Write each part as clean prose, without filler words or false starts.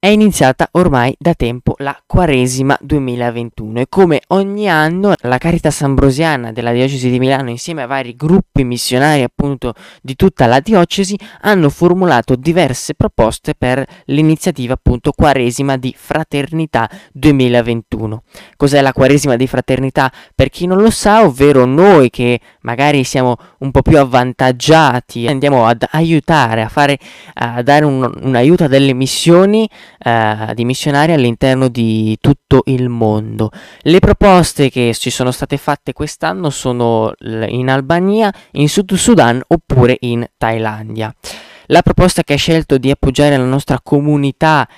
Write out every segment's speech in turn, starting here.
È iniziata ormai da tempo la Quaresima 2021 e come ogni anno la Caritas Ambrosiana della Diocesi di Milano, insieme a vari gruppi missionari appunto di tutta la diocesi, hanno formulato diverse proposte per l'iniziativa appunto Quaresima di Fraternità 2021. Cos'è la Quaresima di Fraternità? Per chi non lo sa, ovvero noi che magari siamo un po' più avvantaggiati, andiamo ad aiutare, a dare un aiuto a delle missioni di missionari all'interno di tutto il mondo. Le proposte che ci sono state fatte quest'anno sono in Albania, in Sud Sudan oppure in Thailandia. La proposta che ha scelto di appoggiare la nostra comunità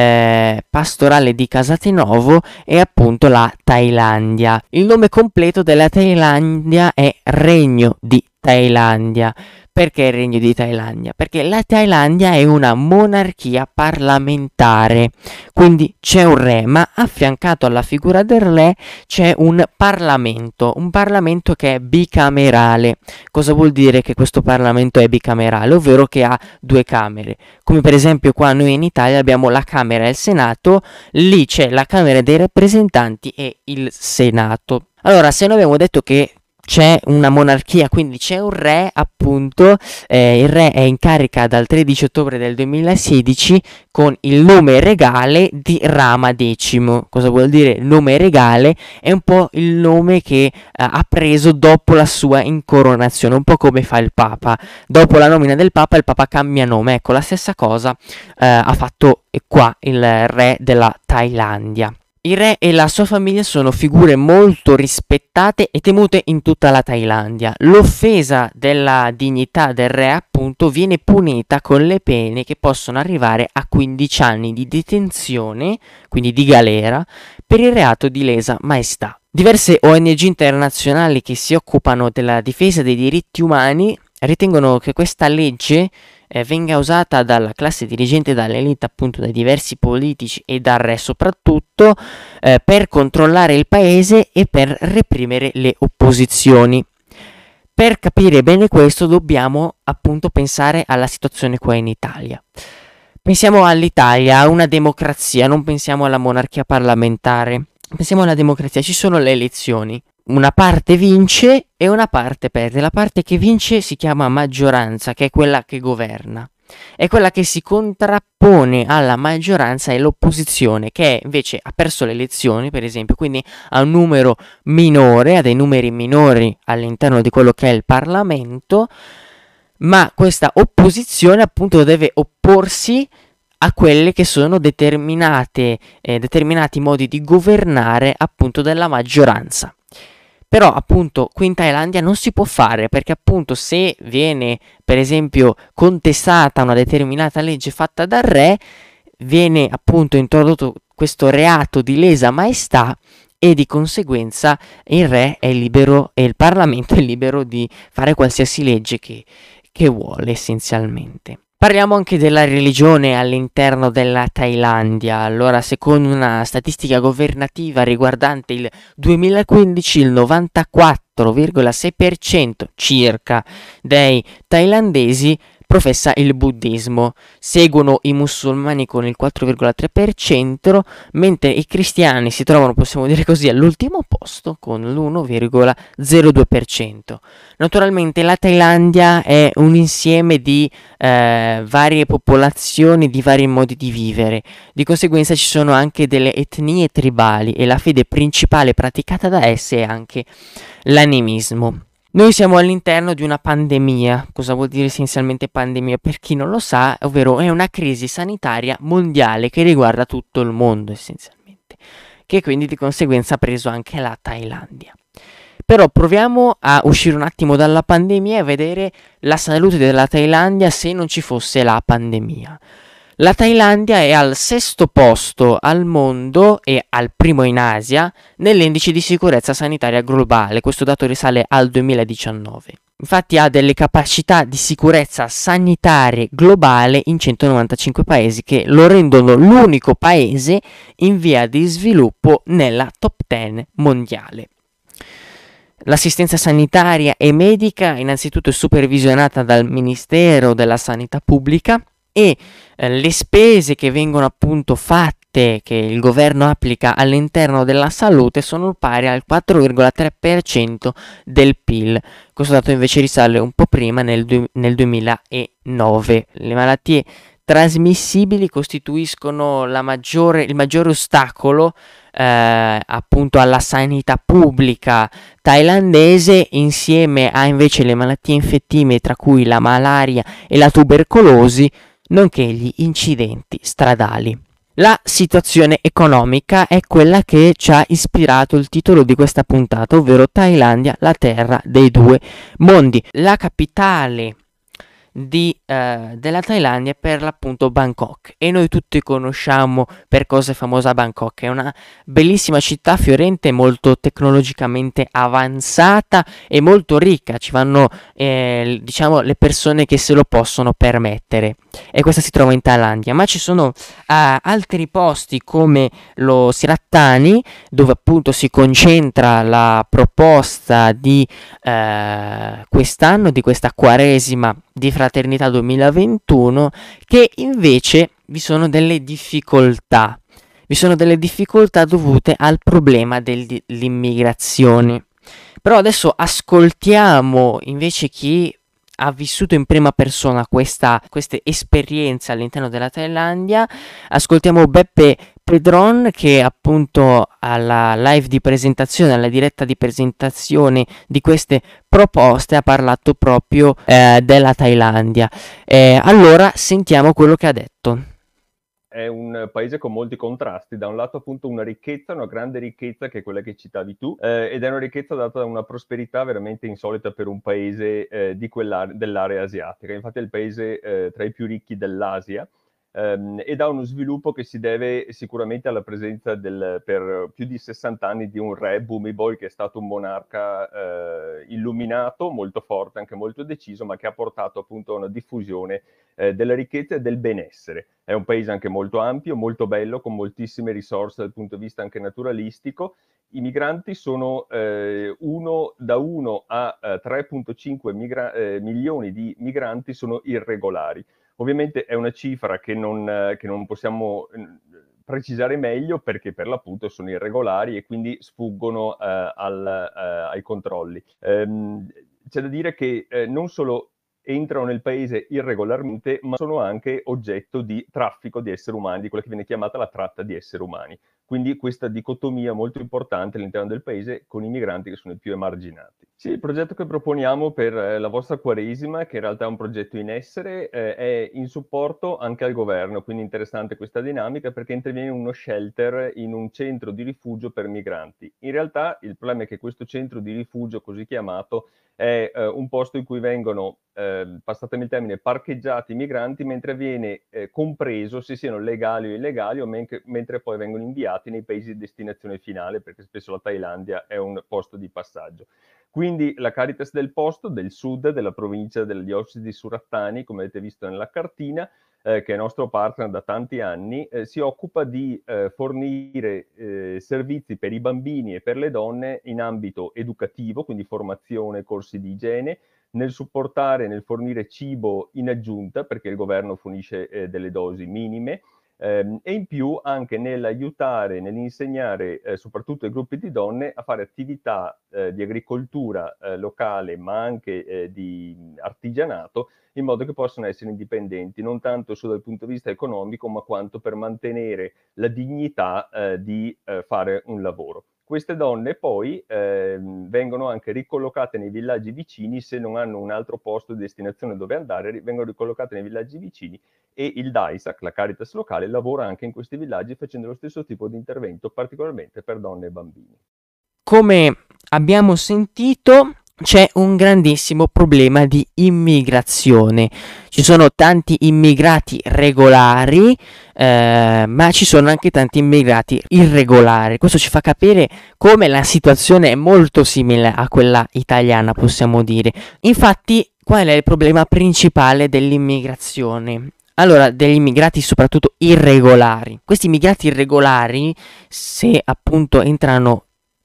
pastorale di Casatenovo è appunto la Thailandia. Il nome completo della Thailandia è Regno di Thailandia. Perché il Regno di Thailandia? Perché la Thailandia è una monarchia parlamentare, quindi c'è un re, ma affiancato alla figura del re c'è un Parlamento che è bicamerale. Cosa vuol dire che questo Parlamento è bicamerale? Ovvero che ha due camere, come per esempio qua noi in Italia abbiamo la Camera e il Senato, lì c'è la Camera dei rappresentanti e il Senato. Allora, se noi abbiamo detto che c'è una monarchia, quindi c'è un re appunto, il re è in carica dal 13 ottobre del 2016 con il nome regale di Rama X. Cosa vuol dire nome regale? È un po' il nome che ha preso dopo la sua incoronazione, un po' come fa il Papa. Dopo la nomina del Papa il Papa cambia nome, ecco la stessa cosa ha fatto qua il re della Thailandia. Il re e la sua famiglia sono figure molto rispettate e temute in tutta la Thailandia. L'offesa della dignità del re, appunto, viene punita con le pene che possono arrivare a 15 anni di detenzione, quindi di galera, per il reato di lesa maestà. Diverse ONG internazionali che si occupano della difesa dei diritti umani ritengono che questa legge venga usata dalla classe dirigente, dall'elite, appunto dai diversi politici e dal re soprattutto, per controllare il paese e per reprimere le opposizioni. Per capire bene questo dobbiamo appunto pensare alla situazione qua in Italia. Pensiamo all'Italia, a una democrazia, non pensiamo alla monarchia parlamentare. Pensiamo alla democrazia, ci sono le elezioni. Una parte vince e una parte perde. La parte che vince si chiama maggioranza, che è quella che governa. È quella che si contrappone alla maggioranza e l'opposizione, che invece ha perso le elezioni, per esempio, quindi ha un numero minore, ha dei numeri minori all'interno di quello che è il Parlamento, ma questa opposizione appunto deve opporsi a quelle che sono determinati modi di governare appunto della maggioranza. Però appunto qui in Thailandia non si può fare, perché appunto se viene per esempio contestata una determinata legge fatta dal re, viene appunto introdotto questo reato di lesa maestà e di conseguenza il re è libero e il Parlamento è libero di fare qualsiasi legge che vuole essenzialmente. Parliamo anche della religione all'interno della Thailandia. Allora, secondo una statistica governativa riguardante il 2015, il 94,6% circa dei thailandesi professa il buddismo, seguono i musulmani con il 4,3%, mentre i cristiani si trovano, possiamo dire così, all'ultimo posto con l'1,02%. Naturalmente la Thailandia è un insieme di varie popolazioni, di vari modi di vivere, di conseguenza ci sono anche delle etnie tribali e la fede principale praticata da esse è anche l'animismo. Noi siamo all'interno di una pandemia. Cosa vuol dire essenzialmente pandemia? Per chi non lo sa, ovvero è una crisi sanitaria mondiale che riguarda tutto il mondo essenzialmente, che quindi di conseguenza ha preso anche la Thailandia. Però proviamo a uscire un attimo dalla pandemia e a vedere la salute della Thailandia se non ci fosse la pandemia. La Thailandia è al 6° posto al mondo e al primo in Asia nell'indice di sicurezza sanitaria globale. Questo dato risale al 2019. Infatti ha delle capacità di sicurezza sanitarie globale in 195 paesi che lo rendono l'unico paese in via di sviluppo nella top 10 mondiale. L'assistenza sanitaria e medica innanzitutto è supervisionata dal Ministero della Sanità Pubblica e le spese che vengono appunto fatte, che il governo applica all'interno della salute, sono pari al 4,3% del PIL. Questo dato invece risale un po' prima, nel 2009. Le malattie trasmissibili costituiscono il maggiore ostacolo appunto alla sanità pubblica thailandese, insieme a invece le malattie infettive, tra cui la malaria e la tubercolosi, nonché gli incidenti stradali. La situazione economica è quella che ci ha ispirato il titolo di questa puntata, ovvero Thailandia, la terra dei due mondi. La capitale della Thailandia è per l'appunto Bangkok, e noi tutti conosciamo per cosa è famosa Bangkok. È una bellissima città fiorente, molto tecnologicamente avanzata e molto ricca. Ci vanno diciamo le persone che se lo possono permettere, e questa si trova in Thailandia. Ma ci sono altri posti come lo Sirattani, dove appunto si concentra la proposta di quest'anno, di questa quaresima di Fraternità 2021, che invece vi sono delle difficoltà. Vi sono delle difficoltà dovute al problema dell'immigrazione. Però adesso ascoltiamo invece chi ha vissuto in prima persona questa esperienza all'interno della Thailandia. Ascoltiamo Beppe Pedron, che appunto alla live di presentazione, alla diretta di presentazione di queste proposte, ha parlato proprio della Thailandia. Allora sentiamo quello che ha detto. È un paese con molti contrasti, da un lato appunto una grande ricchezza che è quella che citavi tu, ed è una ricchezza data da una prosperità veramente insolita per un paese dell'area asiatica. Infatti è il paese tra i più ricchi dell'Asia, ed ha uno sviluppo che si deve sicuramente alla presenza per più di 60 anni di un re, Bhumibol, che è stato un monarca illuminato, molto forte, anche molto deciso, ma che ha portato appunto a una diffusione della ricchezza e del benessere. È un paese anche molto ampio, molto bello, con moltissime risorse dal punto di vista anche naturalistico. I migranti sono da 1 a 3,5 milioni di migranti sono irregolari. Ovviamente è una cifra che non possiamo precisare meglio, perché per l'appunto sono irregolari e quindi sfuggono ai controlli. C'è da dire che non solo entrano nel paese irregolarmente, ma sono anche oggetto di traffico di esseri umani, di quella che viene chiamata la tratta di esseri umani. Quindi questa dicotomia molto importante all'interno del paese, con i migranti che sono i più emarginati. Sì, il progetto che proponiamo per la vostra Quaresima, che in realtà è un progetto in essere, è in supporto anche al governo, quindi interessante questa dinamica, perché interviene uno shelter in un centro di rifugio per migranti. In realtà il problema è che questo centro di rifugio, così chiamato, è un posto in cui vengono, passatemi il termine, parcheggiati i migranti, mentre viene compreso se siano legali o illegali, o mentre poi vengono inviati nei paesi di destinazione finale, perché spesso la Thailandia è un posto di passaggio. Quindi la Caritas del posto, del sud, della provincia della diocesi di Surattani, come avete visto nella cartina, che è nostro partner da tanti anni, si occupa di fornire servizi per i bambini e per le donne in ambito educativo, quindi formazione, corsi di igiene, nel supportare, nel fornire cibo in aggiunta, perché il governo fornisce delle dosi minime, e in più anche nell'aiutare, nell'insegnare soprattutto ai gruppi di donne a fare attività di agricoltura locale, ma anche di artigianato, in modo che possano essere indipendenti, non tanto solo dal punto di vista economico, ma quanto per mantenere la dignità di fare un lavoro. Queste donne poi vengono anche ricollocate nei villaggi vicini, se non hanno un altro posto di destinazione dove andare, vengono ricollocate nei villaggi vicini, e il DAISAC, la Caritas locale, lavora anche in questi villaggi facendo lo stesso tipo di intervento, particolarmente per donne e bambini. Come abbiamo sentito, c'è un grandissimo problema di immigrazione. Ci sono tanti immigrati regolari, ma ci sono anche tanti immigrati irregolari. Questo ci fa capire come la situazione è molto simile a quella italiana, possiamo dire. Infatti, qual è il problema principale dell'immigrazione? Allora, degli immigrati soprattutto irregolari. Questi immigrati irregolari, se appunto entrano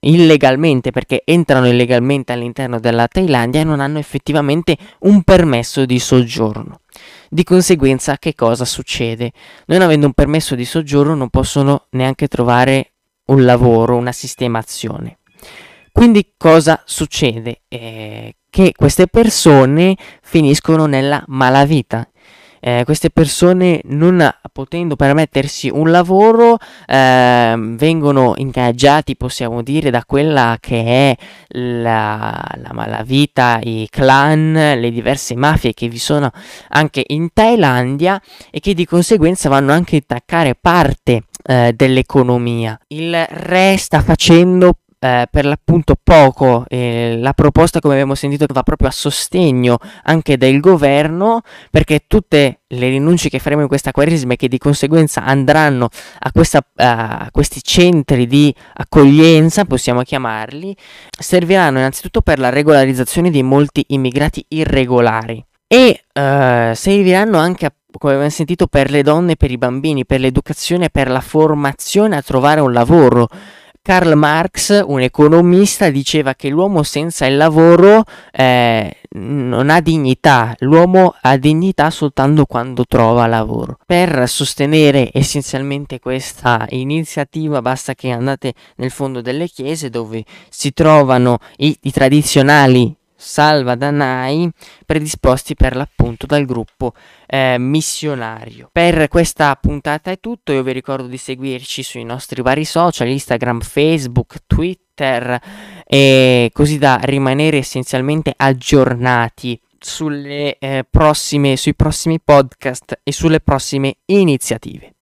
illegalmente, perché entrano illegalmente all'interno della Thailandia e non hanno effettivamente un permesso di soggiorno. Di conseguenza, che cosa succede? Non avendo un permesso di soggiorno non possono neanche trovare un lavoro, una sistemazione. Quindi cosa succede? Che queste persone finiscono nella malavita. Queste persone, non potendo permettersi un lavoro, vengono ingaggiati, possiamo dire, da quella che è la malavita, i clan, le diverse mafie che vi sono anche in Thailandia e che di conseguenza vanno anche a intaccare parte dell'economia. Il re sta facendo per l'appunto poco. La proposta, come abbiamo sentito, va proprio a sostegno anche del governo, perché tutte le rinunce che faremo in questa Quaresima e che di conseguenza andranno a questi centri di accoglienza, possiamo chiamarli, serviranno innanzitutto per la regolarizzazione di molti immigrati irregolari e serviranno anche come abbiamo sentito, per le donne, per i bambini, per l'educazione, per la formazione a trovare un lavoro. Karl Marx, un economista, diceva che l'uomo senza il lavoro non ha dignità, l'uomo ha dignità soltanto quando trova lavoro. Per sostenere essenzialmente questa iniziativa basta che andate nel fondo delle chiese, dove si trovano i tradizionali salvadanai predisposti per l'appunto dal gruppo missionario. Per questa puntata è tutto. Io vi ricordo di seguirci sui nostri vari social, Instagram, Facebook, Twitter, e così da rimanere essenzialmente aggiornati sui prossimi podcast e sulle prossime iniziative.